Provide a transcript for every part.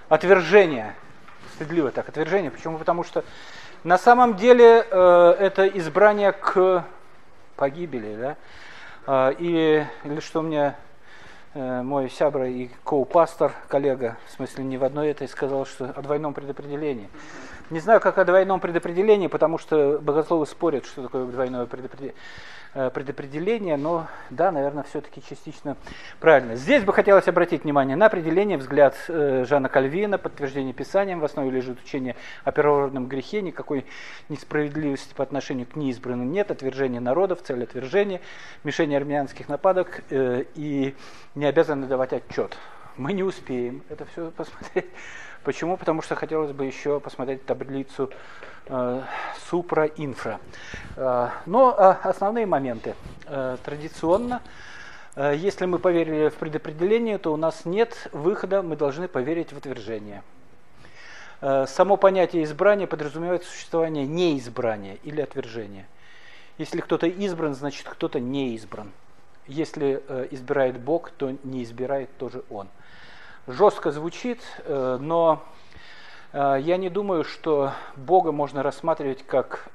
отвержение. Стыдливо так, отвержение. Почему? Потому что на самом деле это избрание к погибели, да? Или что мне мой сябра и коу-пастор, коллега, в смысле не в одной этой, сказал, что о двойном предопределении. Не знаю, как о двойном предопределении, потому что богословы спорят, что такое двойное предопределение, но да, наверное, все-таки частично правильно. Здесь бы хотелось обратить внимание на определение, взгляд Жана Кальвина, подтверждение Писанием, в основе лежит учение о первородном грехе, никакой несправедливости по отношению к неизбранным нет, отвержение народов, цель отвержения, мишень армянских нападок и не обязаны давать отчет. Мы не успеем это все посмотреть. Почему? Потому что хотелось бы еще посмотреть таблицу супра-инфра. Но основные моменты. Традиционно, если мы поверили в предопределение, то у нас нет выхода, мы должны поверить в отвержение. Само понятие избрания подразумевает существование неизбрания или отвержения. Если кто-то избран, значит кто-то не избран. Если избирает Бог, то не избирает тоже Он. Жестко звучит, но я не думаю, что Бога можно рассматривать как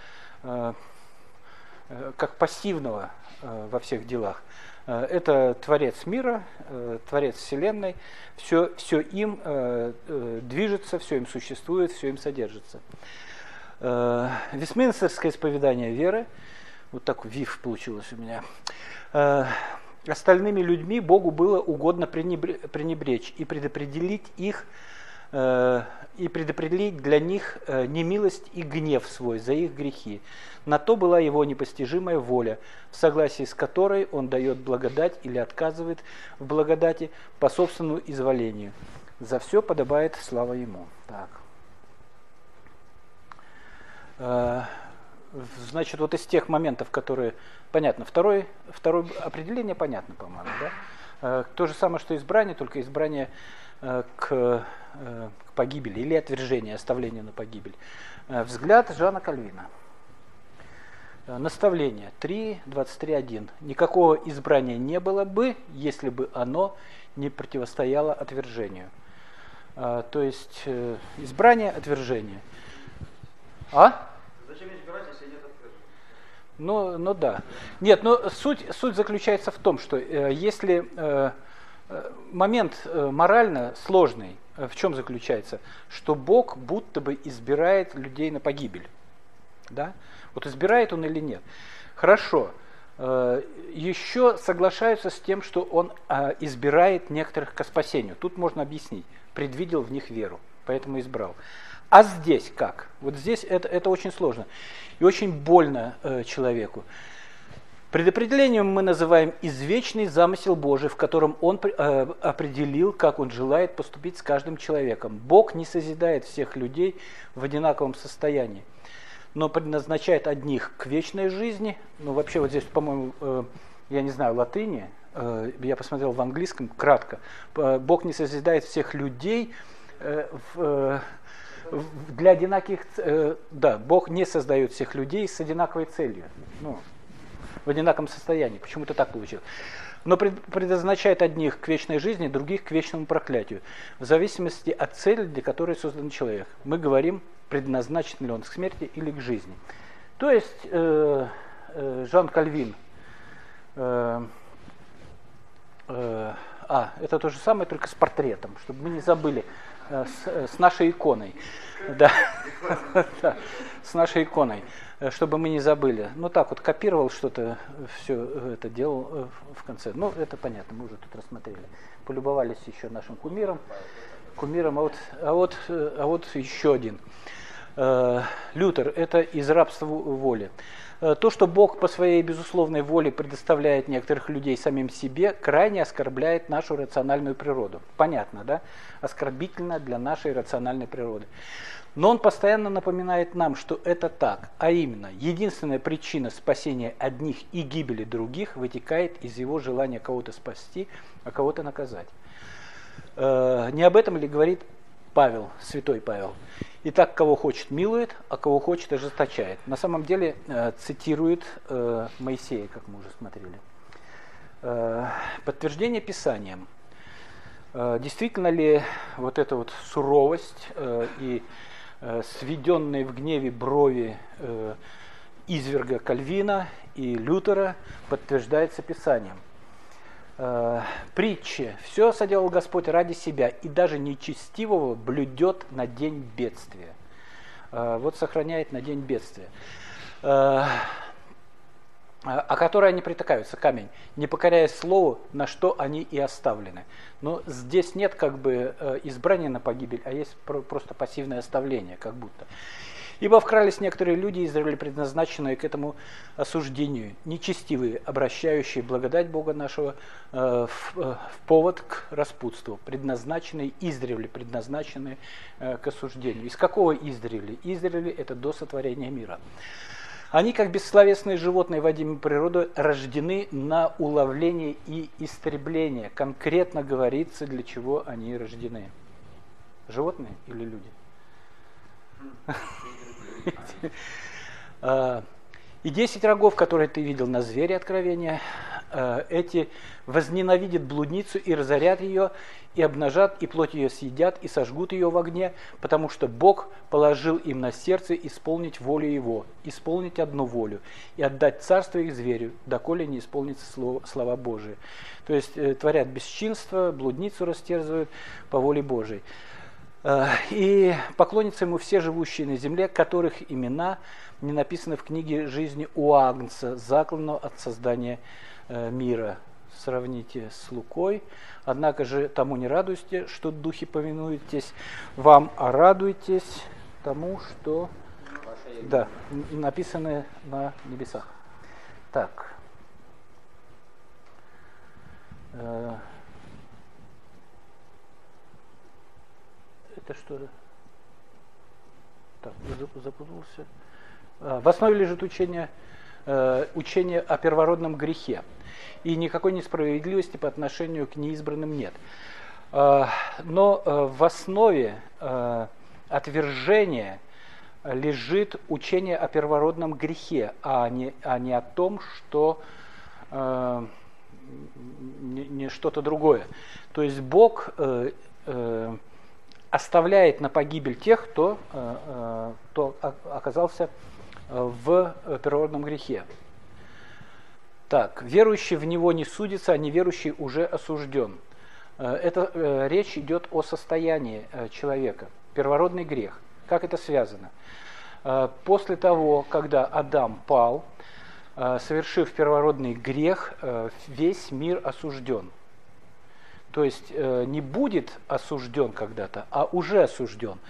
пассивного во всех делах. Это Творец мира, Творец Вселенной, все им движется, все им существует, все им содержится. Вестминстерское исповедание веры, вот так ВИФ получилось у меня, остальными людьми Богу было угодно пренебречь и предопределить их, и предопределить для них немилость и гнев свой за их грехи. На то была его непостижимая воля, в согласии с которой он дает благодать или отказывает в благодати по собственному изволению. За все подобает слава ему. Так. Значит, вот из тех моментов, которые понятно, второе определение понятно, по-моему, да? То же самое, что избрание, только избрание к погибели или отвержение, оставление на погибель. Взгляд Жана Кальвина. Наставление 3.23.1. Никакого избрания не было бы, если бы оно не противостояло отвержению. То есть избрание, отвержение. Зачем избирать, если нет отвержения? Ну да. Нет, но суть заключается в том, что если момент морально сложный, в чем заключается? Что Бог будто бы избирает людей на погибель. Да? Вот избирает он или нет. Хорошо. Еще соглашаются с тем, что он избирает некоторых ко спасению. Тут можно объяснить. Предвидел в них веру, поэтому избрал. А здесь как? Вот здесь это очень сложно и очень больно человеку. Предопределением мы называем извечный замысел Божий, в котором Он определил, как Он желает поступить с каждым человеком. Бог не созидает всех людей в одинаковом состоянии, но предназначает одних к вечной жизни. Ну, вообще, вот здесь, по-моему, я не знаю латыни, я посмотрел в английском кратко. Бог не созидает всех людей для одинаких... Да, Бог не создает всех людей с одинаковой целью. Ну, в одинаковом состоянии. Почему-то так получилось. Но предназначает одних к вечной жизни, других к вечному проклятию. В зависимости от цели, для которой создан человек. Мы говорим, предназначен ли он к смерти или к жизни. То есть Жан Кальвин... это то же самое, только с портретом, чтобы мы не забыли, с нашей иконой. Да. С нашей иконой, чтобы мы не забыли. Ну так вот, копировал что-то, все это делал в конце. Ну, это понятно, мы уже тут рассмотрели. Полюбовались еще нашим кумиром, а вот еще один. Лютер, это из рабства воли. То, что Бог по своей безусловной воле предоставляет некоторых людей самим себе, крайне оскорбляет нашу рациональную природу. Понятно, да? Оскорбительно для нашей рациональной природы. Но Он постоянно напоминает нам, что это так. А именно, единственная причина спасения одних и гибели других вытекает из Его желания кого-то спасти, а кого-то наказать. Не об этом ли говорит Павел, святой Павел? Итак, кого хочет, милует, а кого хочет, ожесточает. На самом деле цитирует Моисея, как мы уже смотрели. Подтверждение Писанием. Действительно ли вот эта вот суровость и сведенные в гневе брови изверга Кальвина и Лютера подтверждается Писанием? Притчи. «Все соделал Господь ради себя, и даже нечестивого блюдет на день бедствия». Вот сохраняет на день бедствия. О которой они притыкаются, камень, не покоряясь слову, на что они и оставлены. Но здесь нет как бы избрания на погибель, а есть просто пассивное оставление, как будто. «Ибо вкрались некоторые люди, Израиля, предназначенные к этому осуждению, нечестивые, обращающие благодать Бога нашего в повод к распутству, предназначенные издревле, предназначенные к осуждению». Из какого издревле? Издревле – это до сотворения мира. Они, как бессловесные животные, водимые природой, рождены на уловление и истребление. Конкретно говорится, для чего они рождены. Животные или люди? И 10 рогов, которые ты видел на звере, Откровения, эти возненавидят блудницу и разорят ее, и обнажат, и плоть ее съедят, и сожгут ее в огне, потому что Бог положил им на сердце исполнить волю Его, исполнить одну волю, и отдать царство их зверю, доколе не исполнится слова Божии. То есть творят бесчинство, блудницу растерзывают по воле Божией. И поклонятся ему все живущие на земле, которых имена не написаны в книге жизни у Агнца, закланного от создания мира. Сравните с Лукой. Однако же тому не радуйтесь, что духи повинуетесь вам, а радуйтесь тому, что написано на небесах. Так. Это что? Так, запутался. В основе лежит учение о первородном грехе. И никакой несправедливости по отношению к неизбранным нет. Но в основе отвержения лежит учение о первородном грехе, а не о том, что не что-то другое. То есть Бог оставляет на погибель тех, кто оказался в первородном грехе. Так, верующий в него не судится, а неверующий уже осужден. Это речь идет о состоянии человека. Первородный грех. Как это связано? После того, когда Адам пал, совершив первородный грех, весь мир осужден. То есть не будет осужден когда-то, а уже осужден.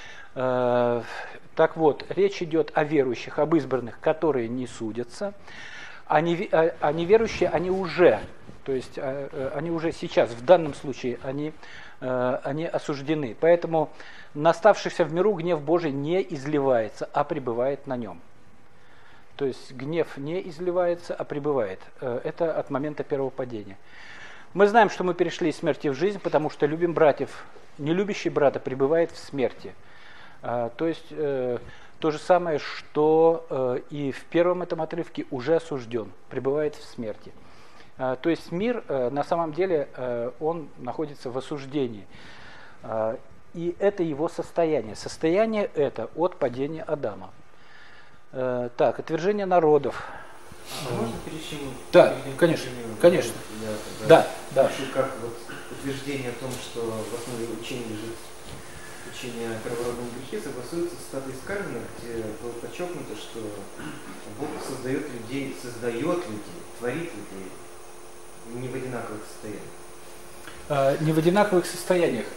Так вот, речь идет о верующих, об избранных, которые не судятся, а неверующие, они уже, то есть они уже сейчас, в данном случае, они осуждены. Поэтому на оставшихся в миру гнев Божий не изливается, а пребывает на нем. То есть гнев не изливается, а пребывает. Это от момента первого падения. Мы знаем, что мы перешли из смерти в жизнь, потому что любим братьев. Нелюбящий брата пребывает в смерти. То есть то же самое, что и в первом этом отрывке уже осужден, пребывает в смерти. То есть мир на самом деле он находится в осуждении. И это его состояние. Состояние это от падения Адама. Так, отвержение народов. Можно перейти? Да, конечно, конечно. Да. Как вот утверждение о том, что в основе учения лежит учение о первородном грехе, согласуется с цитатой из Кальвина, где было подчеркнуто, что Бог создает людей, творит людей не в одинаковых состояниях. Не в одинаковых состояниях.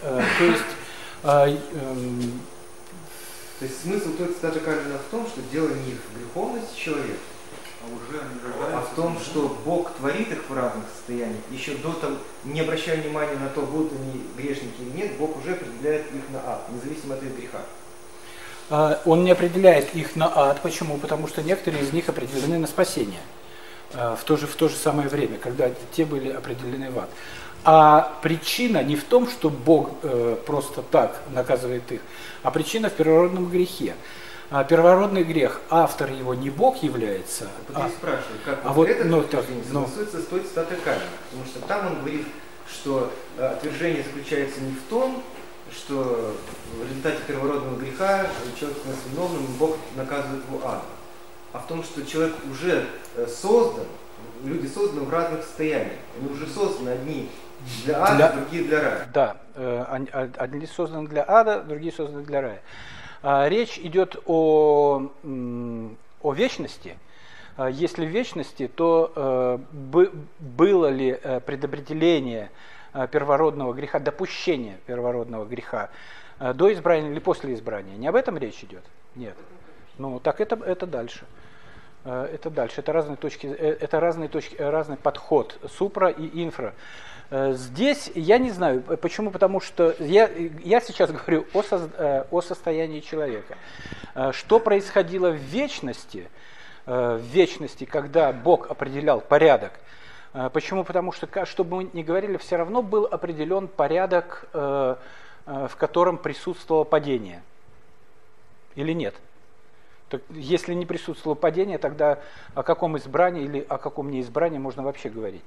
То есть смысл той цитаты Кальвина в том, что дело не в греховности человека, а в том, что Бог творит их в разных состояниях. Еще до того, не обращая внимания на то, будут они грешники или нет, Бог уже определяет их на ад, независимо от их греха. Он не определяет их на ад. Почему? Потому что некоторые из них определены на спасение в то же самое время, когда те были определены в ад. А причина не в том, что Бог просто так наказывает их, а причина в первородном грехе. Первородный грех, автор его не Бог является. Вот я спрашиваю, как вот это ну, согласуется с той цитатой Кальвина, потому что там он говорит, что отвержение заключается не в том, что в результате первородного греха человек становится виновным, и Бог наказывает его адом, а в том, что человек уже создан, люди созданы в разных состояниях. Они уже созданы одни для ада, другие для рая. Да, одни созданы для ада, другие созданы для рая. Речь идет о вечности. Если в вечности, то было ли предопределение первородного греха, допущение первородного греха до избрания или после избрания? Не об этом речь идет? Нет. Ну, так это дальше. Это дальше. Это разные точки, разный подход супра и инфра. Здесь я не знаю, почему, потому что я сейчас говорю о состоянии человека. Что происходило в вечности, когда Бог определял порядок? Почему? Потому что, что бы мы ни говорили, все равно был определен порядок, в котором присутствовало падение. Или нет? Так, если не присутствовало падение, тогда о каком избрании или о каком неизбрании можно вообще говорить?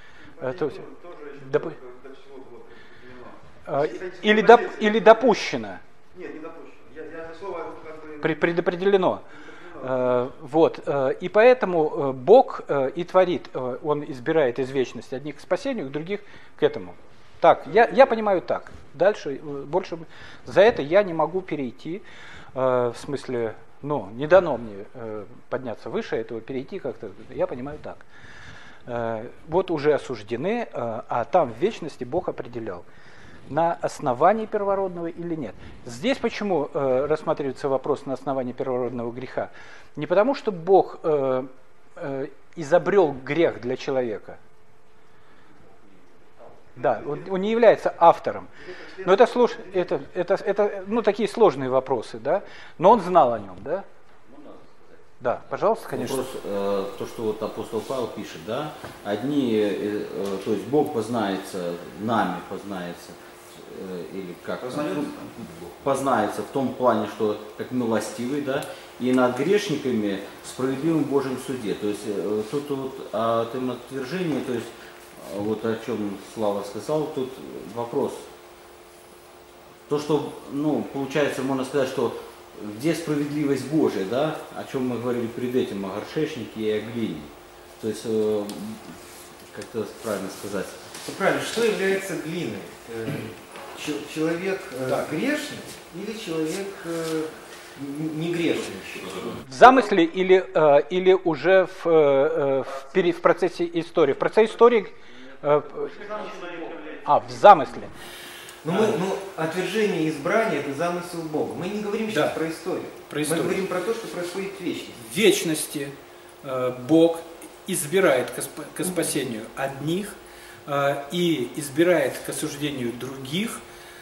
Или допущено? Нет, не допущено. Я за слово предопределено. Вот. И поэтому Бог и творит, Он избирает из вечности одних к спасению, других к этому. Так, я понимаю так. Дальше, больше за это я не могу перейти, в смысле, не дано мне подняться выше этого, перейти как-то, я понимаю так. Вот уже осуждены, а там в вечности Бог определял, на основании первородного или нет. Здесь почему рассматривается вопрос на основании первородного греха? Не потому, что Бог изобрел грех для человека. Да, он не является автором. Но это такие сложные вопросы, да? Но он знал о нем, да? Да, пожалуйста, конечно. Вопрос, то, что вот апостол Павел пишет, да, одни, то есть Бог познается, нами познается, или как познается в том плане, что как милостивый, да, и над грешниками справедливым в Божьем суде. То есть тут вот о этом отвержении, то есть вот о чем Слава сказал, тут вопрос. То, что, получается, можно сказать, что где справедливость Божия, да, о чем мы говорили перед этим, о горшечнике и о глине. То есть, как-то правильно сказать. Правильно, что является глиной? Человек грешный или человек не грешный? В замысле или уже в процессе истории? В процессе истории... в замысле. Отвержение и избрание – это замысел Бога. Мы не говорим сейчас про историю. Мы говорим про то, что происходит в вечности. В вечности Бог избирает к спасению одних и избирает к осуждению других.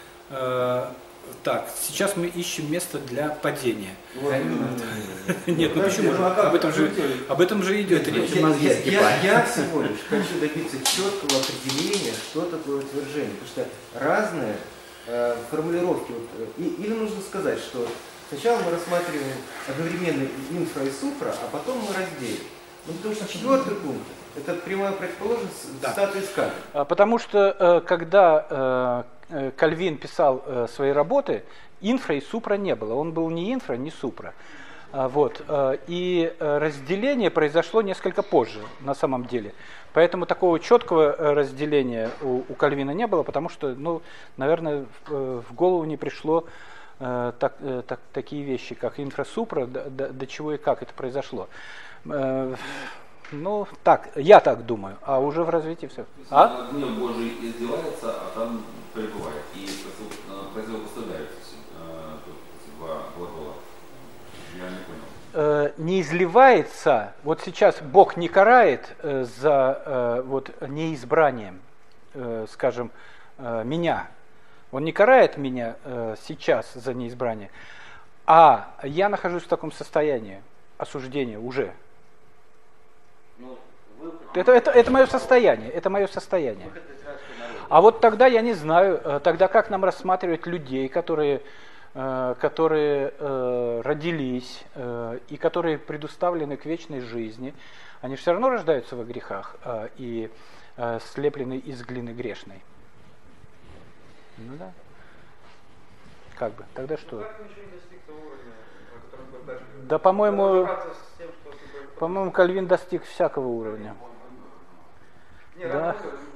Так, сейчас мы ищем место для падения. Нет, почему? Об этом же идет речь. Я всего лишь хочу добиться четкого определения, что такое отвержение. Потому что разные формулировки. Или нужно сказать, что сначала мы рассматриваем одновременно инфра и супра, а потом мы разделим. Потому что четвертый пункт – это прямая противоположность статуи скалы. Потому что когда Кальвин писал свои работы, инфра и супра не было. Он был ни инфра, ни супра. Вот. И разделение произошло несколько позже, на самом деле. Поэтому такого четкого разделения у Кальвина не было, потому что, наверное, в голову не пришло такие вещи, как инфра-супра, до чего и как это произошло. Я так думаю, а уже в развитии все. Гнев Божий издевается, а там пребывает и противопоставляется два глагола. Я не понял. Не изливается, вот сейчас Бог не карает за неизбранием, скажем, меня. Он не карает меня сейчас за неизбрание, а я нахожусь в таком состоянии осуждения уже. Это мое состояние, А вот тогда я не знаю, тогда как нам рассматривать людей, которые которые родились и которые предуставлены к вечной жизни, они все равно рождаются во грехах и слеплены из глины грешной. Ну да. Как бы, тогда что? Да, по-моему, Кальвин достиг всякого уровня. Да.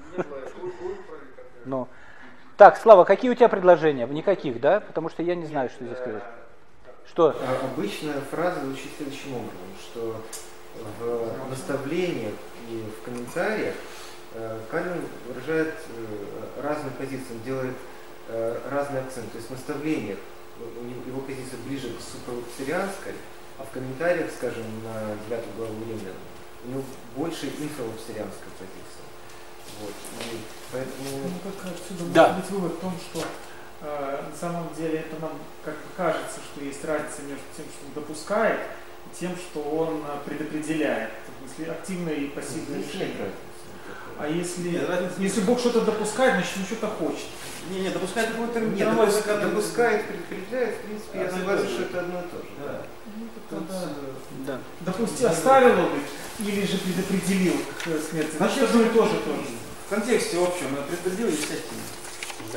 Ну. Так, Слава, какие у тебя предложения? Никаких, да? Потому что я не знаю, что здесь сказать. Что? Обычная фраза звучит следующим образом, что в наставлениях и в комментариях Кальвин выражает разные позиции, он делает разный акцент. То есть в наставлениях его позиция ближе к супралапсарианской, а в комментариях, скажем, на 9 главу Римлян, у него больше инфралапсарианская позиция. Вот. И поэтому... Ну, как отсюда может быть вывод в том, что на самом деле это нам как бы кажется, что есть разница между тем, что он допускает, и тем, что он предопределяет. Если активное и пассивное решение. А если Бог что-то допускает, значит он что-то хочет. Не, допускает какой-то допускает, предопределяет, в принципе, я согласен, что это одно и то же. Да. Допустим, оставил он их, или же предопределил к смерти. Значит, одно и то же тоже. В контексте общем, предопределил и всяким. Да.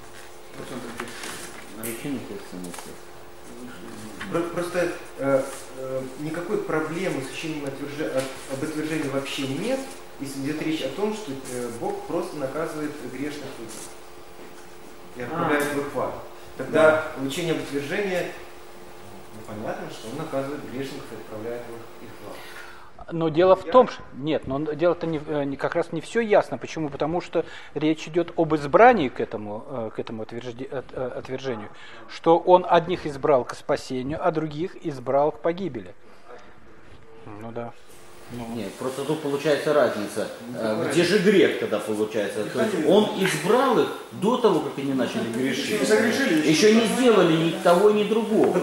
Просто никакой проблемы с учением об отвержении вообще нет, если идет речь о том, что Бог просто наказывает грешных людей и отправляет в их ад. Тогда учение об отвержении, понятно, что он наказывает грешников и отправляет их в ад. Но дело в том, что... Нет, но дело-то как раз не все ясно. Почему? Потому что речь идет об избрании к этому отвержению. Что он одних избрал к спасению, а других избрал к погибели. Ну да. Нет, просто тут получается разница. Где же грех тогда получается? То есть он избрал их до того, как они начали грешить. Еще не сделали ни того, ни другого.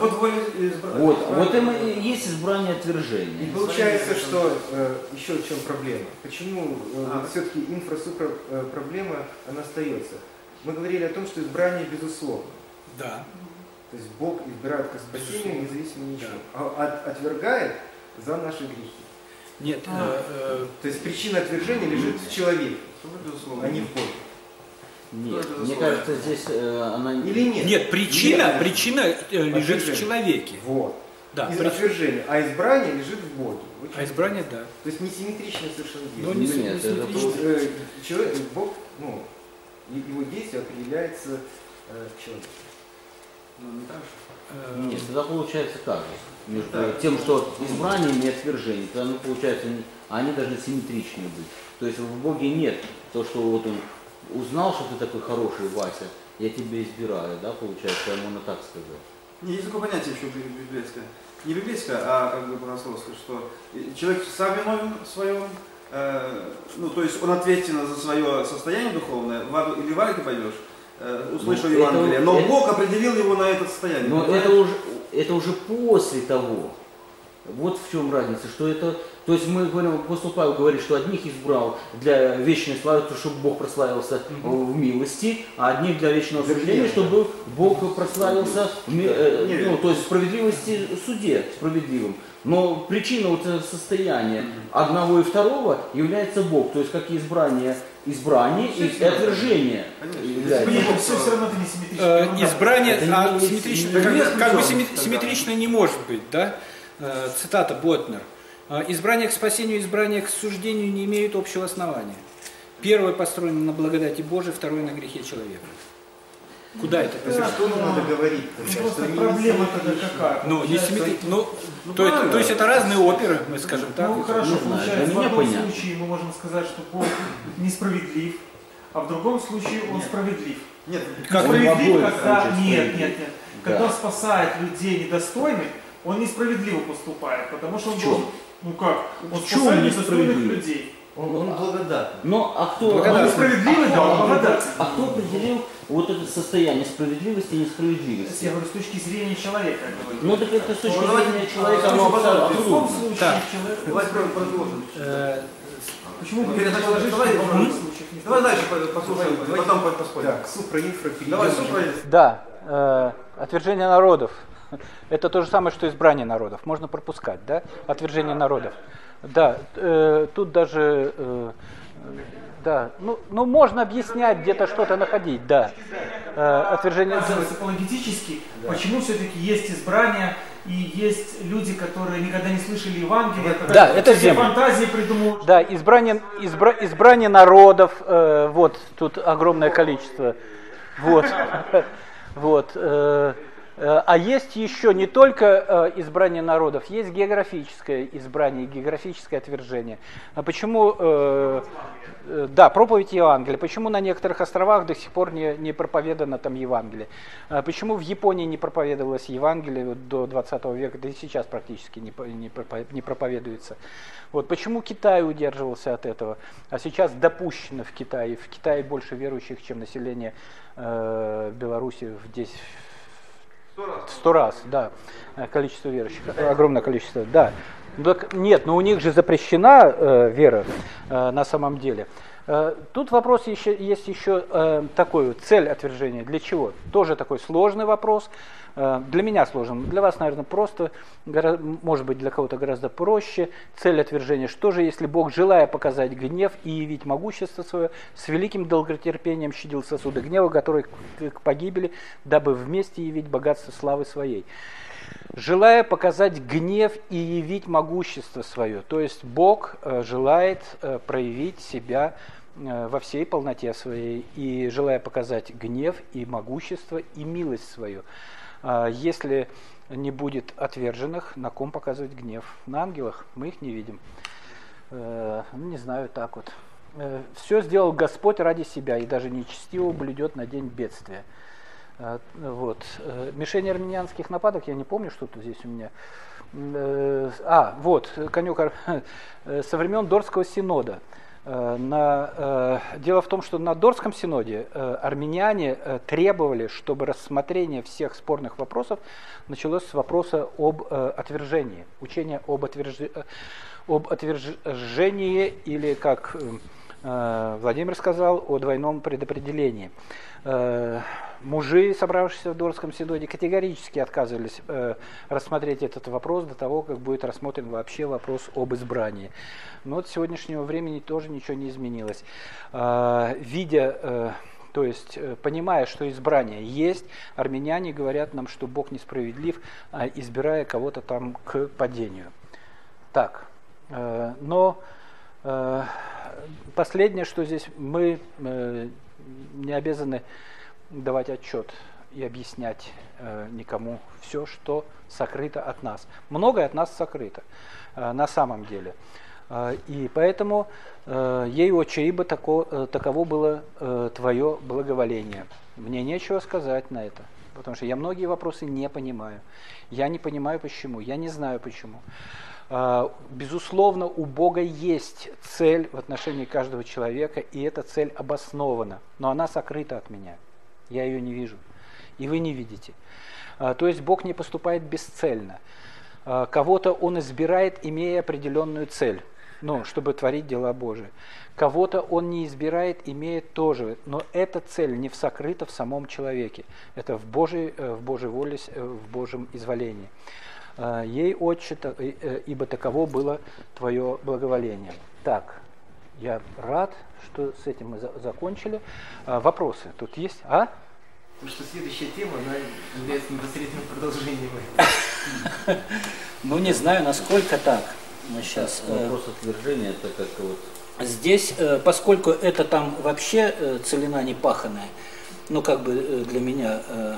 Вот им и есть избрание отвержения. И получается, что еще в чем проблема. Почему все-таки инфрасупра проблема, она остается? Мы говорили о том, что избрание безусловно. Да. То есть Бог избирает к спасению независимо ни от чего. А отвергает за наши грехи. Нет. То есть причина отвержения лежит в человеке, а не в Боге. Нет, мне кажется, здесь она... Или нет? Нет, причина лежит в человеке. Вот. Да, отвержение, а избрание лежит в Боге. А избрание, да. То есть несимметрично совершенно Но действие. Человек, Бог, его действие определяется человеком. Не так же? Нет, тогда получается как же? Между тем, что избрание и отвержение, тогда получается, они должны симметричны быть. То есть в Боге нет то, что вот он узнал, что ты такой хороший, Вася, я тебя избираю, да, получается, можно так сказать. Не, есть такое понятие еще библейское. Не библейское, а как бы богословское, что человек сам виновен в своем, то есть он ответственен за свое состояние духовное, в аду или в ад ты пойдешь, услышал Евангелие, но Бог определил его на это состояние. Но это уже после того. Вот в чем разница, что это... То есть мы говорим, апостол Павел говорит, что одних избрал для вечной славы, чтобы Бог прославился в милости, а одних для вечного осуждения, чтобы Бог прославился то есть в справедливости в суде справедливым. Но причина вот этого состояния одного и второго является Бог, то есть как и избрание и отвержение. Все равно это не симметрично. Избрание симметрично не может быть, да? Цитата Ботнер. Избрание к спасению и избрание к суждению не имеют общего основания. Первое построено на благодати Божией, второе на грехе человека. Куда это? Что нам надо говорить? Проблема тогда какая? То есть это разные оперы, мы скажем так. Ну хорошо, получается, в одном случае мы можем сказать, что Бог несправедлив, а в другом случае Он справедлив. Нет, как справедлив, когда... Нет. Когда Он спасает людей недостойных, Он несправедливо поступает, потому что Он должен... Он спасает недостойных людей. Он благодатный. Но кто определил вот это состояние справедливости и несправедливости? Я говорю, с точки зрения человека. Ну так это с точки зрения человека, оно абсолютно. Давайте продолжим. Почему вы Давай дальше послушаем, потом поспорим. Так, супра-инфра перейдем. Давай, супра. Да. Отвержение народов. Это то же самое, что избрание народов. Можно пропускать, да? Отвержение народов. Да, тут даже, да, ну можно объяснять, где-то что-то находить, да. Отвержение. Апологетически, почему все-таки есть избрание и есть люди, которые никогда не слышали Евангелия, да, это фантазии придумывают. Да, избрание народов, вот тут огромное количество, вот. А есть еще не только избрание народов, есть географическое избрание, географическое отвержение. А почему, да, проповедь Евангелия, почему на некоторых островах до сих пор не проповедано там Евангелие? Почему в Японии не проповедовалось Евангелие до 20 века, да и сейчас практически не проповедуется? Вот почему Китай удерживался от этого, а сейчас допущено в Китае больше верующих, чем население Беларуси в 10 100 раз, да, количество верующих, огромное количество, да. Нет, но у них же запрещена вера на самом деле. Тут вопрос есть еще такой, цель отвержения, для чего? Тоже такой сложный вопрос, для меня сложный, для вас, наверное, просто, может быть, для кого-то гораздо проще. Цель отвержения, что же, если Бог, желая показать гнев и явить могущество свое, с великим долготерпением щадил сосуды гнева, которые к погибели, дабы вместе явить богатство славы своей. Желая показать гнев и явить могущество свое, то есть Бог желает проявить себя во всей полноте своей и желая показать гнев и могущество и милость свою. Если не будет отверженных, на ком показывать гнев? На ангелах? Мы их не видим. Не знаю, так вот. Все сделал Господь ради себя, и даже нечестивого блюдет на день бедствия. Вот. Мишень армянских нападок, я не помню, что тут здесь у меня. Вот, конек со времен Дорского синода. Дело в том, что на Дорском синоде армяне требовали, чтобы рассмотрение всех спорных вопросов началось с вопроса об отвержении, учения об отвержении или, как Владимир сказал, о двойном предопределении. Мужи, собравшиеся в Дорском синоде, категорически отказывались рассмотреть этот вопрос до того, как будет рассмотрен вообще вопрос об избрании. Но от сегодняшнего времени тоже ничего не изменилось. Видя, то есть понимая, что избрание есть, армяне говорят нам, что Бог несправедлив, избирая кого-то там к падению. Так, но последнее, что здесь мы не обязаны давать отчет и объяснять никому все, что сокрыто от нас. Многое от нас сокрыто на самом деле. И поэтому ей, Отче, ибо таково было твое благоволение. Мне нечего сказать на это, потому что я многие вопросы не понимаю. Я не понимаю почему, я не знаю почему. Безусловно, у Бога есть цель в отношении каждого человека, и эта цель обоснована, но она сокрыта от меня. Я ее не вижу, и вы не видите. То есть Бог не поступает бесцельно. Кого-то Он избирает, имея определенную цель, чтобы творить дела Божии. Кого-то Он не избирает, имея тоже, но эта цель не сокрыта в самом человеке. Это в Божьей воле, в Божьем изволении. Ей, Отче, ибо таково было твое благоволение. Так, я рад, что с этим мы закончили. Вопросы тут есть? Потому что следующая тема, она является непосредственным продолжением. Ну, не знаю, насколько так. Сейчас. Вопрос отвержения, это как вот... Здесь, поскольку это там вообще целина не паханая, для меня...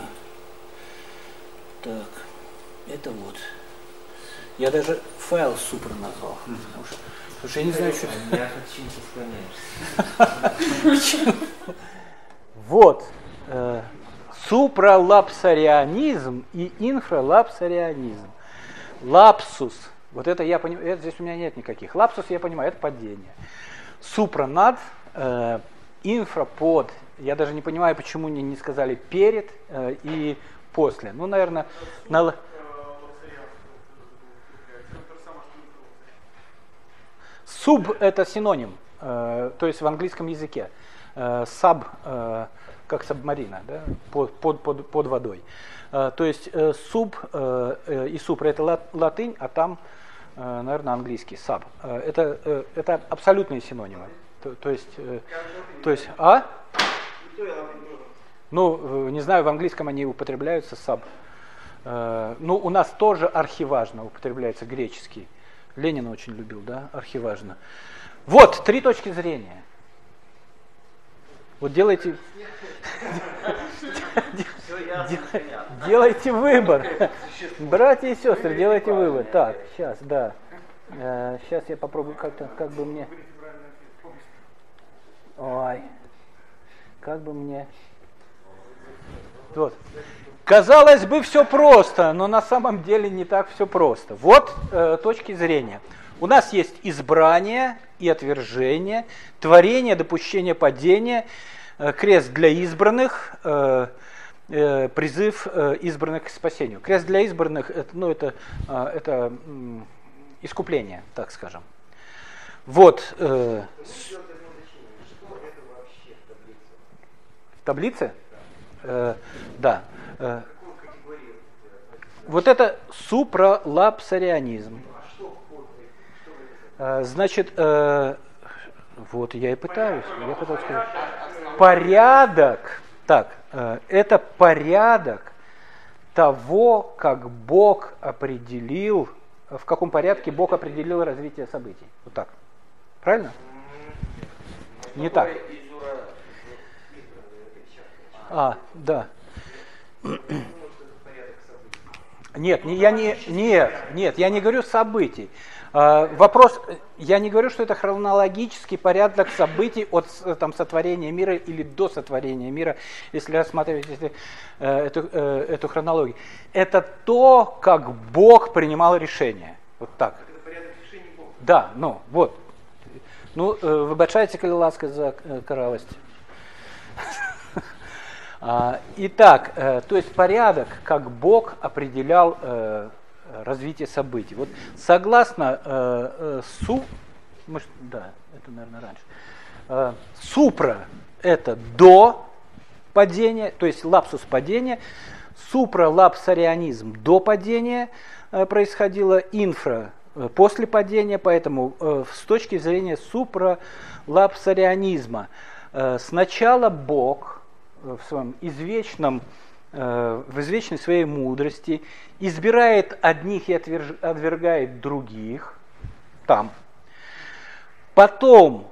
Так, это вот. Я даже файл супер назвал. Потому что я не знаю, что... Я почему-то склоняешься. Вот. Супралапсарианизм и инфралапсарианизм. Лапсус. Вот это я понимаю, здесь у меня нет никаких. Лапсус я понимаю, это падение. Супра над, инфра под. Я даже не понимаю, почему не сказали перед и после. Наверное, Суб – это синоним, то есть в английском языке. Саб, как субмарина, да, под водой. То есть суб и супра это латынь, а там, наверное, английский саб. Это абсолютные синонимы. То есть, Ну, не знаю, в английском они употребляются саб. Ну, у нас тоже архиважно употребляется греческий. Ленин очень любил, да, архиважно. Вот, 3 точки зрения. Вот делайте выбор. Братья и сестры, делайте выбор. Так, сейчас, да. Сейчас я попробую как-то, как бы мне... Ой, как бы мне... Вот. Казалось бы, все просто, но на самом деле не так все просто. Вот точки зрения. У нас есть избрание и отвержение, творение, допущение падения, крест для избранных, призыв избранных к спасению. Крест для избранных, это искупление, так скажем. Вот. В таблице? Да. Вот это супралапсарианизм. Значит, вот я и пытаюсь сказать. Порядок, это порядок того, как Бог определил, в каком порядке Бог определил развитие событий. Вот так. Правильно? Не так. Да. Нет, я не говорю событий. Вопрос, я не говорю, что это хронологический порядок событий от сотворения мира или до сотворения мира, если рассматривать эту хронологию. Это то, как Бог принимал решения. Вот так. Это порядок решений Бога. Да, вот. Вибачайте, коли ласка за каралость. Итак, то есть порядок, как Бог определял развитие событий. Вот согласно это, наверное, раньше. Супра – это до падения, то есть лапсус падения. Супралапсарианизм до падения происходило, инфра после падения, поэтому с точки зрения супралапсарианизма сначала Бог в своем в извечной своей мудрости избирает одних и отвергает других там. Потом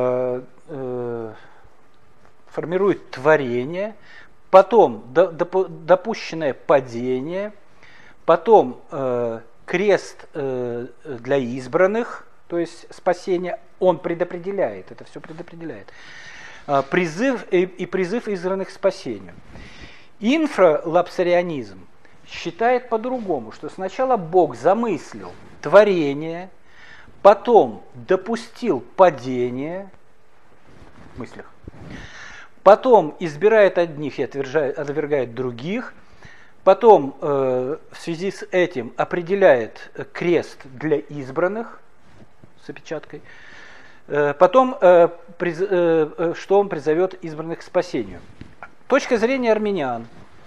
формирует творение, потом допущенное падение, потом крест для избранных, то есть спасение, он предопределяет, это все предопределяет. Призыв избранных к спасению. Инфралапсарианизм считает по-другому, что сначала Бог замыслил творение, потом допустил падение в мыслях, потом избирает одних и отвергает других, потом в связи с этим определяет крест для избранных с опечаткой, потом, что он призовет избранных к спасению. Точка зрения армян.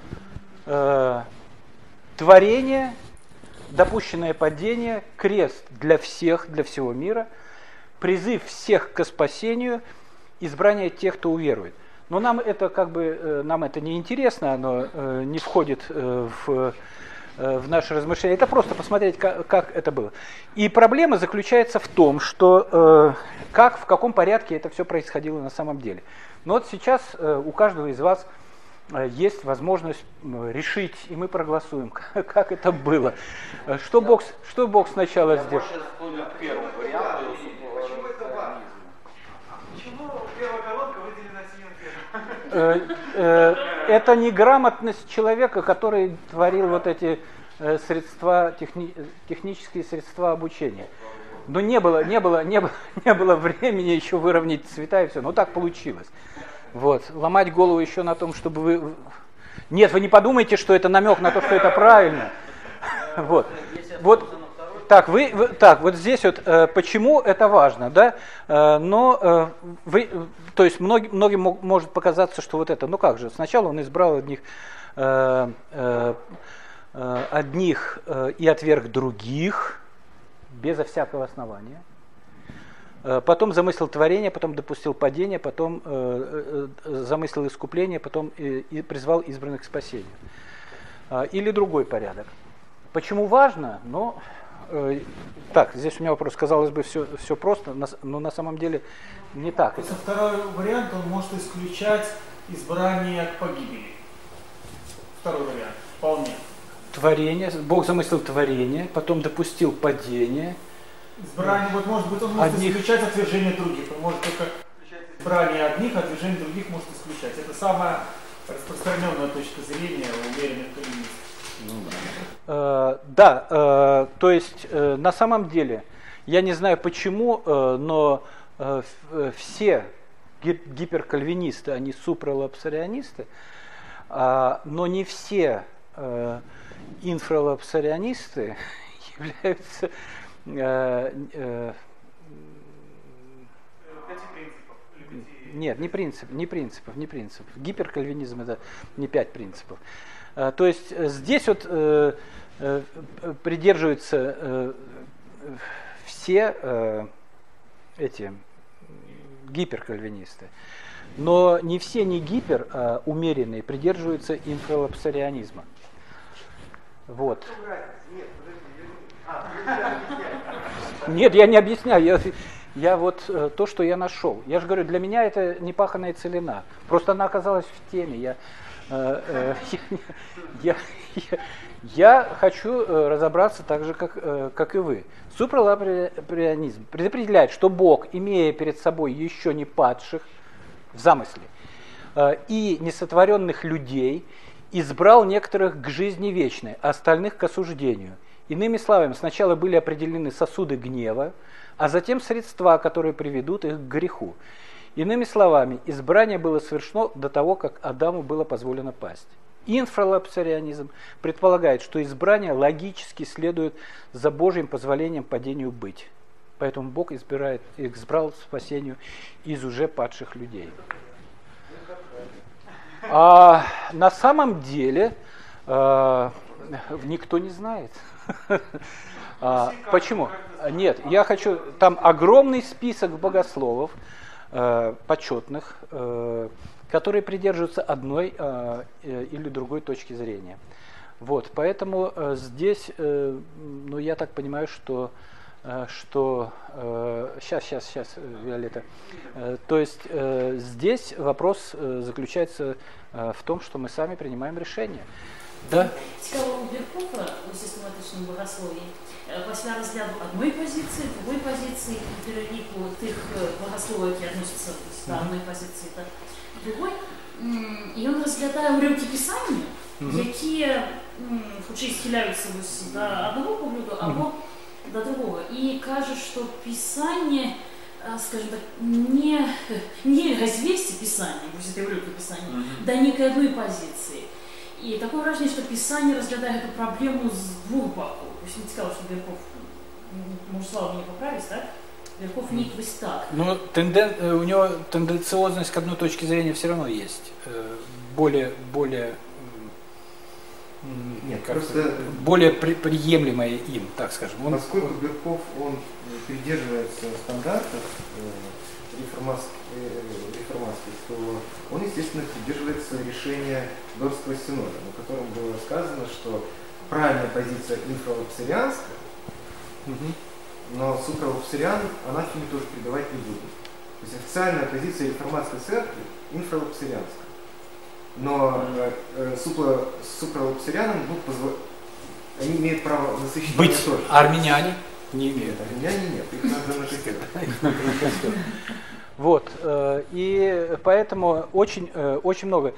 Творение, допущенное падение, крест для всех, для всего мира, призыв всех к спасению, избрание тех, кто уверует. Но нам это не интересно, оно не входит в наши размышления. Это просто посмотреть, как это было. И проблема заключается в том, что в каком порядке это все происходило на самом деле. Но вот сейчас у каждого из вас есть возможность решить, и мы проголосуем, как это было. Что Бог сначала сделал? Почему это важно? Почему первая колонка выделена синим? Это неграмотность человека, который творил вот эти средства, технические средства обучения. Но не было времени еще выровнять цвета и все. Но так получилось. Вот. Ломать голову еще на том, чтобы вы... Нет, вы не подумайте, что это намек на то, что это правильно. Вот. так, вот здесь вот, почему это важно, да? То есть многим может показаться, что вот это, ну как же, сначала он избрал одних и отверг других, безо всякого основания. Потом замыслил творение, потом допустил падение, потом замыслил искупление, потом и призвал избранных к спасению. Или другой порядок. Почему важно? Но так, здесь у меня вопрос, казалось бы, все просто, но на самом деле не так. То есть второй вариант, он может исключать избрание к погибели. Второй вариант, вполне. Творение, Бог замыслил творение, потом допустил падение. Избрание, вот может быть, он может исключать отвержение других. Он может только исключать избрание одних, а отвержение других может исключать. Это самая распространенная точка зрения умеренных кальвинистов. Да, то есть на самом деле, я не знаю почему, но все гиперкальвинисты, они супралапсарианисты, но не все инфралапсарианисты являются... Нет, не принципов. Гиперкальвинизм это не 5 принципов. То есть здесь вот придерживаются все эти гиперкальвинисты. Но не все не гипер, а умеренные придерживаются инфралапсарианизма. Вот. Нет, я не объясняю. Я вот то, что я нашел. Я же говорю, для меня это непаханная целина. Просто она оказалась в теме. Я хочу разобраться так же, как и вы. Супралапсарианизм предопределяет, что Бог, имея перед собой еще не падших в замысле и несотворенных людей, избрал некоторых к жизни вечной, а остальных к осуждению. Иными словами, сначала были определены сосуды гнева, а затем средства, которые приведут их к греху. Иными словами, избрание было совершено до того, как Адаму было позволено пасть. Инфралапсарианизм предполагает, что избрание логически следует за Божьим позволением падению быть. Поэтому Бог избрал спасению из уже падших людей. А на самом деле никто не знает. Почему? Нет, я хочу... Там огромный список богословов, почетных, которые придерживаются одной или другой точки зрения. Вот, поэтому здесь, ну, я так понимаю, что сейчас, Виолетта. То есть здесь вопрос заключается в том, что мы сами принимаем решение. Да? Цікаво у Беркова у систематичному богослов'ї після розгляду одної позиції, другої позиції, переліку тих богословів, які відносяться до одної позиції та другої, і він розглядає уривки Писання, які хоча й схиляються до одного погляду, або до другого. І каже, що Писання, скажем так, не розвести Писання, ось ці уривки Писання, до некой одной позиции. И такое выражение, что Писание разглядает эту проблему с двух боков. То есть не сказал, что Берков, может, Слава меня поправить, так? Берков не весь так. Но у него тенденциозность к одной точке зрения все равно есть. Более приемлемая им, так скажем. Поскольку Берков, он придерживается стандартов реформатских, то он, естественно, придерживается решения Дорского синода, на котором было сказано, что правильная позиция инфралапсарианская, но супралапсариан анафеме тоже придавать не будут. То есть официальная позиция реформатской церкви инфралапсарианская. Но супралапсарианам они имеют право насыщать быть тоже. Армяне не имеют. Армяне нет, их надо на костер. Вот, и поэтому очень много.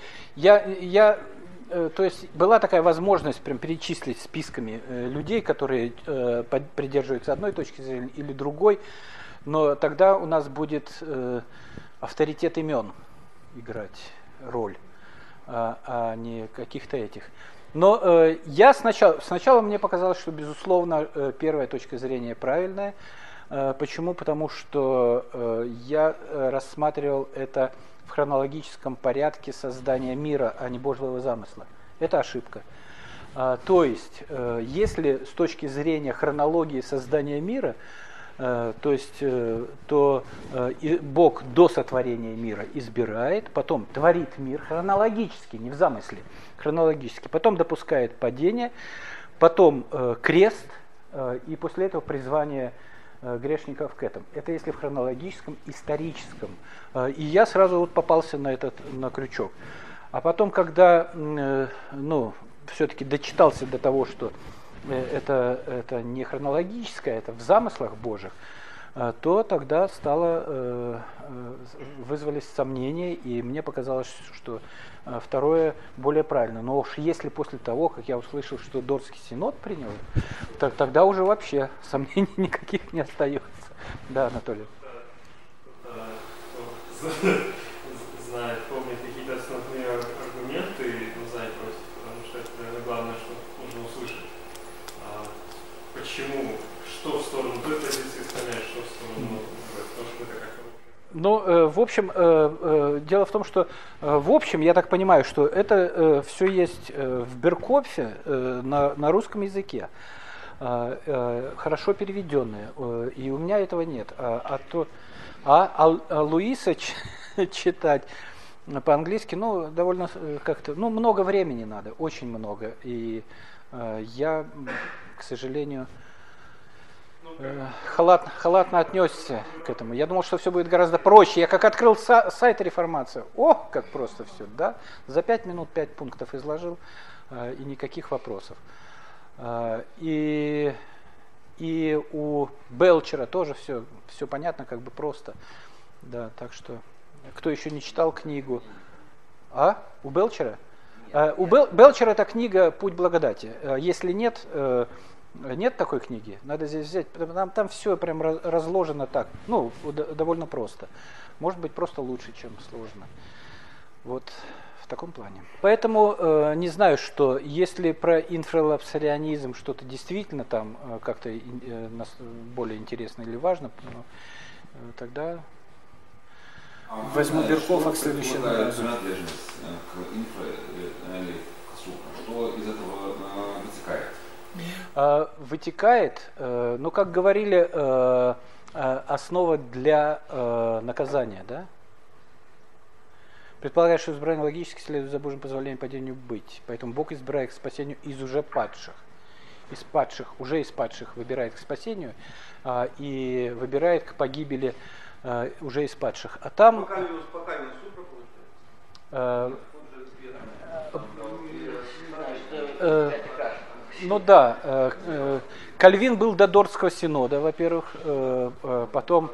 То есть была такая возможность прям перечислить списками людей, которые придерживаются одной точки зрения или другой, но тогда у нас будет авторитет имен играть роль, а не каких-то этих. Но я сначала мне показалось, что, безусловно, первая точка зрения правильная. Почему? Потому что я рассматривал это в хронологическом порядке создания мира, а не Божьего замысла. Это ошибка. То есть, если с точки зрения хронологии создания мира, то Бог до сотворения мира избирает, потом творит мир хронологически, не в замысле, хронологически, потом допускает падение, потом крест, и после этого призвание грешников к этому. Это если в хронологическом, историческом. И я сразу вот попался на крючок. А потом, когда все-таки дочитался до того, что это не хронологическое, это в замыслах Божьих, то тогда вызвались сомнения, и мне показалось, что второе более правильно. Но уж если после того, как я услышал, что Дорский синод принял, тогда уже вообще сомнений никаких не остается. Да, Анатолий. Знает, помнит какие-то основные аргументы, знает против, потому что это, наверное, главное, что нужно услышать. Почему, что в сторону той позиции склоняет, что в сторону того, что это как-то... Ну, в общем, дело в том, что, в общем, я так понимаю, что это все есть в Беркопфе на русском языке, хорошо переведенное, и у меня этого нет. А Луиса читать по-английски, довольно как-то, много времени надо, очень много, и я, к сожалению, халатно отнесся к этому. Я думал, что все будет гораздо проще. Я как открыл сайт Реформации, как просто все, да? За 5 минут 5 пунктов изложил, и никаких вопросов. И у Белчера тоже все понятно, как бы просто. Да, так что, кто еще не читал книгу? У Белчера? У Белчера эта книга «Путь благодати». Если нет такой книги, надо здесь взять. Там все прям разложено так, довольно просто. Может быть, просто лучше, чем сложно. Вот в таком плане. Поэтому не знаю, что если про инфралапсарианизм что-то действительно там как-то более интересно или важно, тогда возьму Беркова к следующему разу. К инфра или к супра. Что из этого вытекает? Вытекает, как говорили, основа для наказания, да? Предполагает, что избрание логически следует за Божьим позволением падению быть. Поэтому Бог избирает к спасению из уже падших. Из падших выбирает к спасению и выбирает к погибели уже из падших. А там... Кальвин был до Дортского синода, во-первых, потом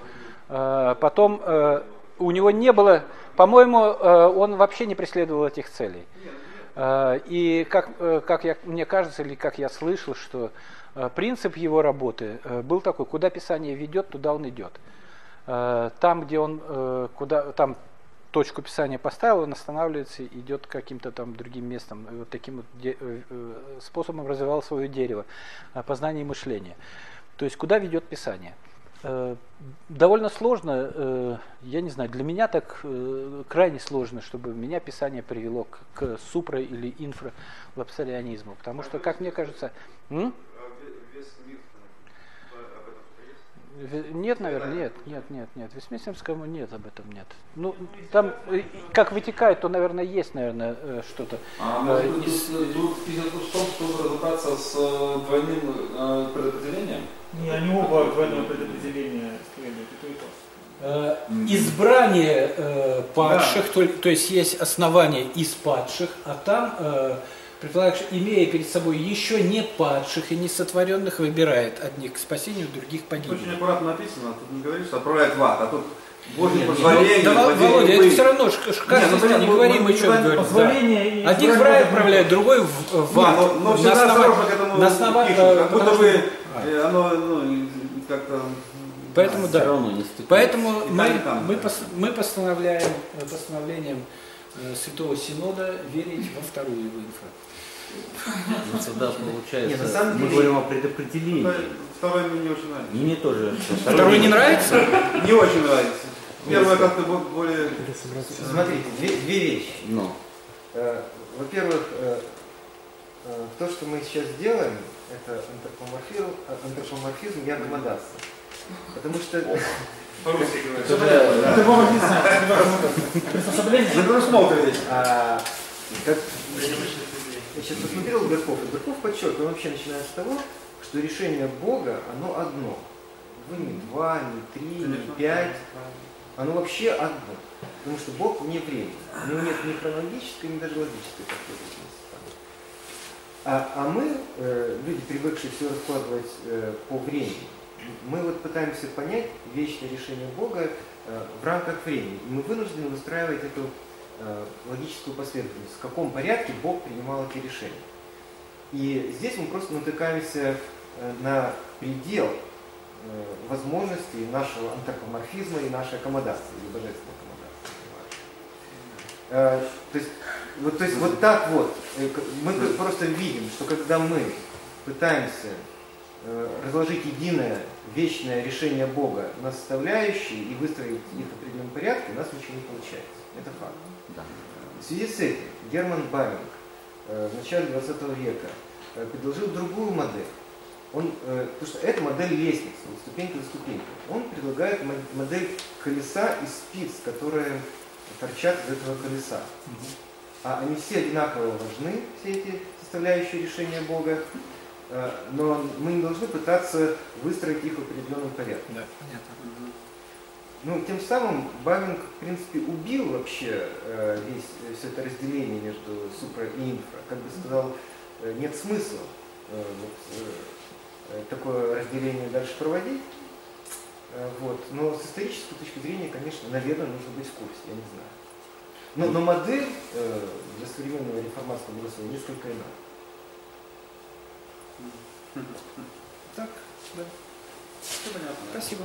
у него не было, по-моему, он вообще не преследовал этих целей. И мне кажется, или как я слышал, что принцип его работы был такой: куда Писание ведет, туда он идет. Там, где он, там точку Писания поставил, он останавливается, идет каким-то там другим местом. И вот таким вот способом развивал свое дерево познания и мышления. То есть, куда ведет Писание? Довольно сложно, я не знаю, для меня так крайне сложно, чтобы меня Писание привело к супра- или инфралапсарианизму. Потому что, как мне кажется... Нет, наверное, нет. В Вестминстерском нет, об этом нет. Там, как вытекает, то, наверное, есть, наверное, что-то. Тут в том, чтобы разобраться с двойным предопределением? Не, они оба двойное предопределение следуют, и то. Избрание падших, то есть есть основание из падших, а там... предполагает, что, имея перед собой еще не падших и не сотворенных, выбирает одних к спасению, других погибнуть. Очень аккуратно написано, тут не говорится, отправляет в ад, а тут Божье позволение. Володя, это все равно, кажется, не говорим, мы что говорим. Одних в рай отправляют, другой в ад. Но всегда осторожно к этому пишут, как будто бы оно как-то... Поэтому да. Поэтому мы постановляем постановлением Святого Синода верить во вторую инфру. Но тогда получается, Не, на самом мы деле- говорим о предопределении. Второй мне не очень нравится. Мне тоже. Второй не нравится? Не очень нравится. Первое как-то более... Смотрите, две вещи. Ну. Во-первых, то, что мы сейчас делаем, это антропоморфизм и аккомодация. Потому что... По-русски говорят. Это Вова не знает. Приспособление. Предусмотрели. Я сейчас посмотрел Берков, и Берков подчеркивает, он вообще начинает с того, что решение Бога, оно одно. Вы не два, не три, не пять. Оно вообще одно. Потому что Бог не времени. У него нет ни хронологической, ни даже логической последовательности. А мы, люди, привыкшие все раскладывать по времени, мы вот пытаемся понять вечное решение Бога в рамках времени. И мы вынуждены выстраивать эту логическую последовательность, в каком порядке Бог принимал эти решения. И здесь мы просто натыкаемся на предел возможностей нашего антропоморфизма и нашей аккомодации, или божественной аккомодации. То есть вот так вот, мы просто видим, что когда мы пытаемся разложить единое вечное решение Бога на составляющие и выстроить их в определенном порядке, у нас ничего не получается. Это факт. Да. В связи с этим Герман Баминг в начале 20 века предложил другую модель. Потому что это модель лестницы, ступенька за ступенькой. Он предлагает модель колеса и спиц, которые торчат из этого колеса. А они все одинаково важны, все эти составляющие решения Бога, но мы не должны пытаться выстроить их в определенном порядке. Да, понятно. Ну, тем самым Баминг, в принципе, убил вообще все это разделение между супра и инфра. Как бы сказал, нет смысла такое разделение дальше проводить. Но с исторической точки зрения, конечно, наверное, нужно быть в курсе, я не знаю. Но модель для современного реформатского богословия несколько иная. Так, да. Все понятно. Спасибо.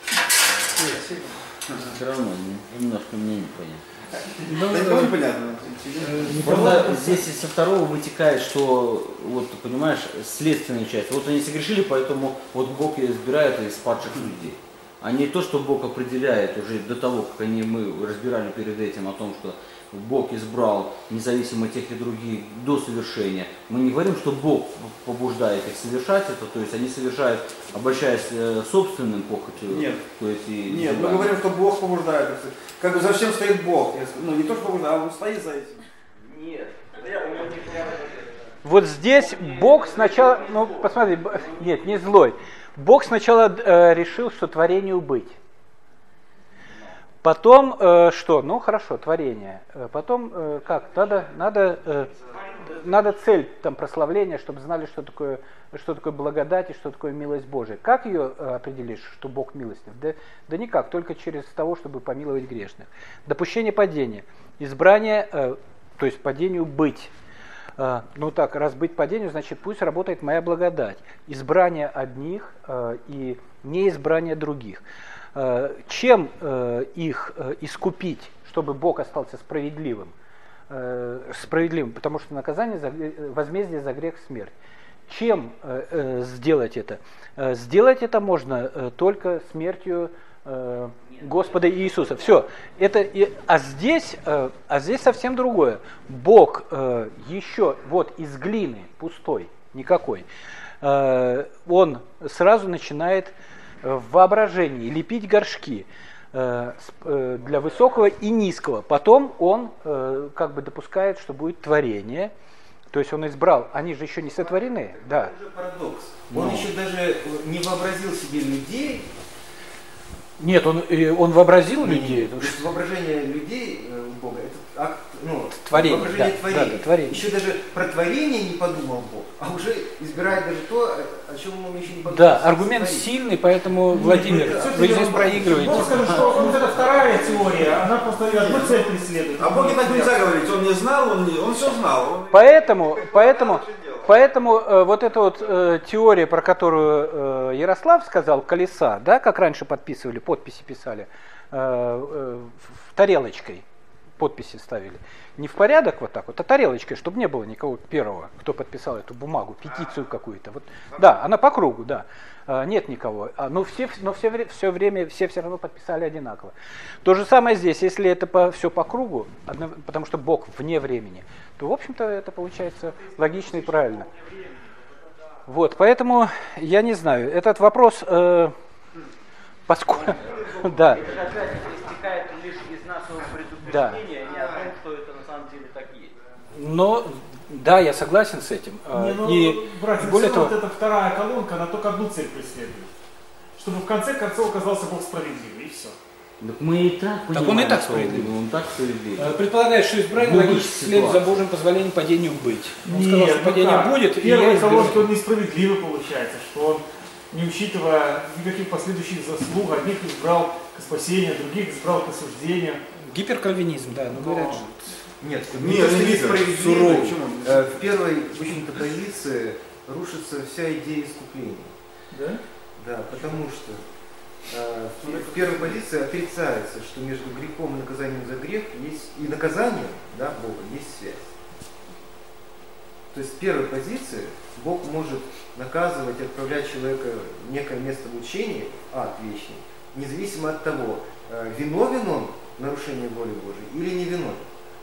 Все равно немножко мне непонятно. Да никому не понятно. Просто здесь со второго вытекает, что, вот, понимаешь, следственная часть. Вот они согрешили, поэтому вот Бог избирает из падших людей. А не то, что Бог определяет уже до того, как мы разбирали перед этим о том, что Бог избрал независимо тех и других до совершения. Мы не говорим, что Бог побуждает их совершать это, то есть они совершают, обращаясь собственным похотью. Нет. То есть Нет, мы говорим, что Бог побуждает. Как бы за всем стоит Бог. Ну, не то, что побуждает, а он стоит за этим. Нет. Вот здесь Бог сначала, ну посмотри, нет, не злой. Бог сначала решил, что творению быть. Потом что? Ну хорошо, творение. Потом как? Надо цель там прославления, чтобы знали, что такое благодать и что такое милость Божия. Как ее определишь, что Бог милостив? Да никак, только через того, чтобы помиловать грешных. Допущение падения, избрание, то есть падению быть. Ну так, раз быть падению, значит пусть работает моя благодать. Избрание одних и неизбрание других. Чем их искупить, чтобы Бог остался справедливым? Потому что наказание, возмездие за грех — смерть. Чем сделать это? Сделать это можно только смертью Господа Иисуса. Все. А здесь совсем другое. Бог еще вот из глины пустой, никакой, он сразу начинает в воображении лепить горшки для высокого и низкого. Потом он как бы допускает, что будет творение. То есть он избрал, они же еще не сотворены. Да. Это уже парадокс. Он еще даже не вообразил себе людей. Нет, он вообразил людей. То есть воображение людей у Бога — это акт, творение, воображение творения. Да, творение. Еще даже про творение не подумал Бог, а уже избирает даже то, о чем он еще не подумал. Да, аргумент сильный, поэтому, Владимир, вы здесь проигрываете. Бог скажет, что вот эта вторая теория, она просто одну цель преследует. А Бог так нельзя говорить, он не знал, он все знал. Поэтому вот эта вот теория, про которую Ярослав сказал, колеса, да, как раньше подписывали, подписи писали, тарелочкой. подписи ставили. Не в порядок вот так вот, а тарелочкой, чтобы не было никого первого, кто подписал эту бумагу, петицию какую-то. Вот, да, она по кругу, да. Нет никого. Но все время все равно подписали одинаково. То же самое здесь. Если это все по кругу, потому что Бог вне времени, то, в общем-то, это получается логично и правильно. Вот, поэтому я не знаю. Этот вопрос, поскольку... Да. Истекает лишь из нашего предупреждения, не о том, что это на самом деле так есть. Но, да, я согласен с этим. Братья, более того, вот эта вторая колонка, она только одну цель преследует. Чтобы в конце концов оказался Бог справедливый, и все. Так мы и так понимаем, так он и так справедливый. Он так справедливый. Предполагает, что избрание логически следует за Божьим позволением падению быть. Он сказал, что падение будет, и первой колонке он несправедливый получается, что он, не учитывая никаких последующих заслуг, одних избрал к спасению, других избрал к осуждению. Гиперкальвинизм, да, но говорят же. Нет, несправедливо. В первой, в общем-то, позиции рушится вся идея искупления. Да? Да, потому что в первой позиции отрицается, что между грехом и наказанием за грех есть и наказанием, да, Бога есть связь. То есть в первой позиции Бог может наказывать и отправлять человека в некое место мучения, ад вечный, независимо от того, виновен он в нарушении воли Божией или не виновен.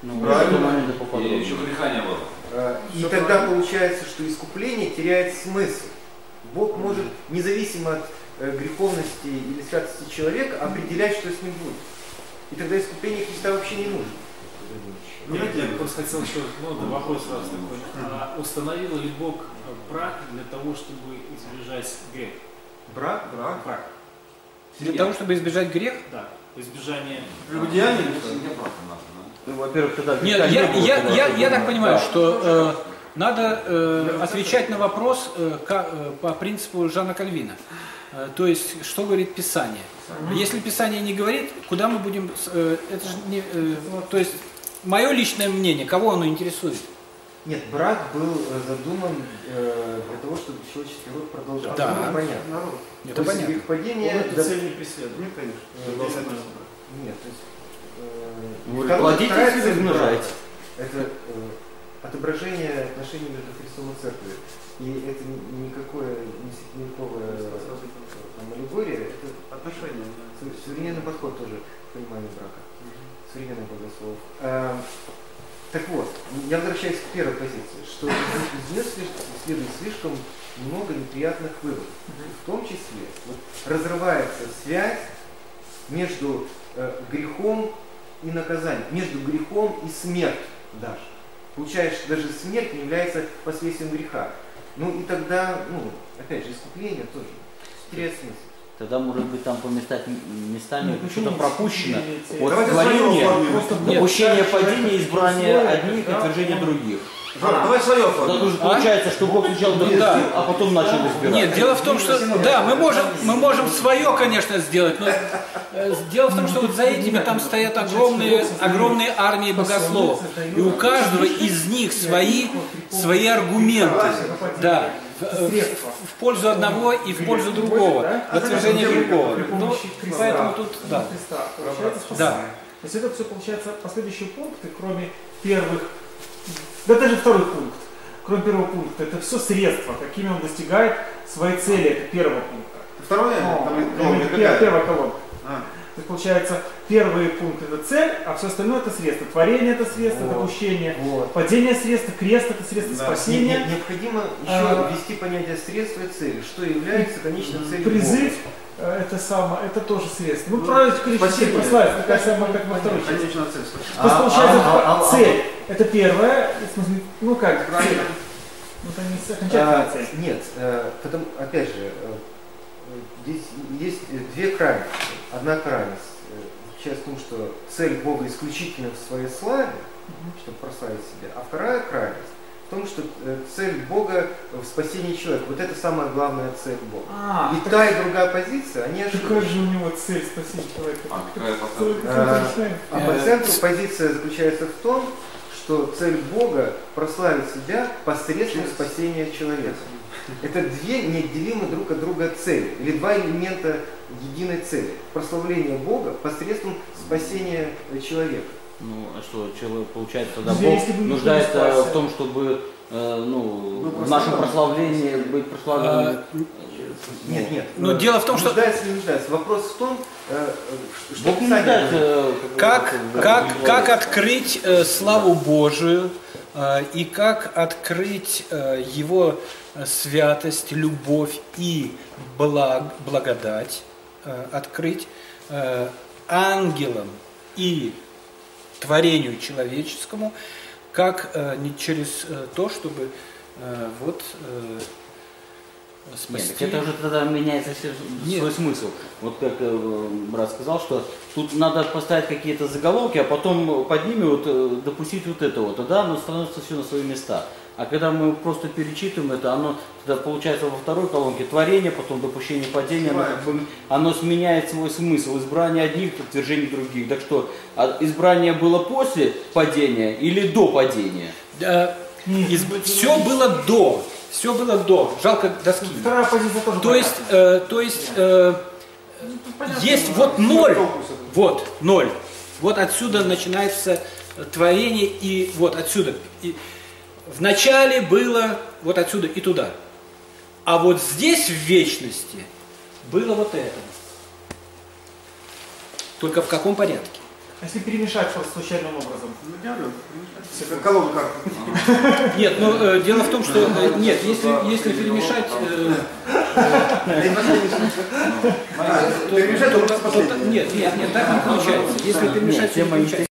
И еще греха не было. И тогда получается, что искупление теряет смысл. Бог может, независимо от греховности или святости человека, определять, что с ним будет. И тогда искупление Христа вообще не нужно. Я просто хотел еще вопрос сразу такой. Установил ли Бог брак для того, чтобы избежать грех? Брак? Для того, чтобы избежать грех? Да. Избежание прелюбодеяния? Во-первых, тогда... Нет, я так понимаю, что надо отвечать на вопрос по принципу Жана Кальвина. То есть, что говорит Писание. Если Писание не говорит, куда мы будем... Это же не, то есть, мое личное мнение, кого оно интересует? Нет, брак был задуман для того, чтобы человеческий род продолжался. Да, это понятно. Это понятно. Грехопадение... эту цель не преследует. Нет, конечно. Нет, то есть... Плодитесь и размножайте. Это отображение отношений между Христом и Церковью. И это никакое не средневековая аллегория, это отношения. Современный подход тоже к пониманию брака. Современный богослов. Так вот, я возвращаюсь к первой позиции, что из нее следует слишком много неприятных выводов. В том числе разрывается связь между грехом и наказанием, между грехом и смертью даже. Получаешь, даже смерть не является последствием греха. Ну и тогда, опять же, искупление тоже теряет смысл. Тогда, может быть, там по местами что-то пропущено. Вот Давайте творение, допущение Нет, падения, избрание одних, отвержение других. Давай свое оформим. Тогда уже получается, что Бог сначала допустил, а потом начал избирать. Нет, дело в том, что да, мы можем свое, конечно, сделать, но дело в том, что вот за этими там стоят огромные армии богословов, и у каждого из них свои аргументы, да, в пользу одного и в пользу другого, в отвержение другого. Ну, поэтому тут, да. Да. То есть это все получается последующие пункты, кроме первых. Да даже второй пункт, кроме первого пункта, это все средства, какими он достигает своей цели, это первого пункта. Первая колонка. То есть получается, первый пункт это цель, а все остальное это средство. Творение это средство, допущение, падение средства, крест это средство спасения. Необходимо еще ввести понятие средства и цели, что является конечной целью. Призыв это тоже средство. Правильно, спасибо, прославить, такая самая, как во второй части. То есть получается, цель это первое, в смысле, цель. Это не окончательная цель. Нет, потом, опять же, здесь есть две крайности. Одна крайность заключается в том, что цель Бога исключительно в своей славе, чтобы прославить себя, а вторая крайность в том, что цель Бога в спасении человека. Вот это самая главная цель Бога. И та, и другая позиция, они ошибаются. Какая же у него цель спасения человека? А по центру позиция заключается в том, что цель Бога прославить себя посредством спасения человека. Это две неотделимые друг от друга цели, или два элемента единой цели. Прославление Бога посредством спасения человека. Ну, а что, человек, получается, тогда Друзья, Бог если бы никто не нуждается спасся. в том, чтобы в нашем прославлении быть прославленным? Нет. Но дело в том, что Нуждается, не нуждается. Вопрос в том, что Бог не Писание нуждается, как открыть славу Божию и как открыть Его святость, любовь и благодать открыть ангелам и творению человеческому, как не через то, чтобы спасти. Нет, это уже тогда меняется свой смысл. Вот как брат сказал, что тут надо поставить какие-то заголовки, а потом под ними допустить вот это вот. Тогда оно становится все на свои места. А когда мы просто перечитываем это, оно тогда получается во второй колонке творение, потом допущение падения, оно сменяет свой смысл. Избрание одних, отвержение других. Так что избрание было после падения или до падения? Все было до. Все было до. Жалко доски. Вторая позиция тоже. То есть есть вот ноль. Вот ноль. Вот отсюда начинается творение, и вот отсюда. И в начале было вот отсюда и туда. А вот здесь в вечности было вот это. Только в каком порядке? Если перемешать просто случайным образом. Как колонка. Нет, но дело в том, что нет, если перемешать, Перемешать, нет, так не получается. Если перемешать, все не получается.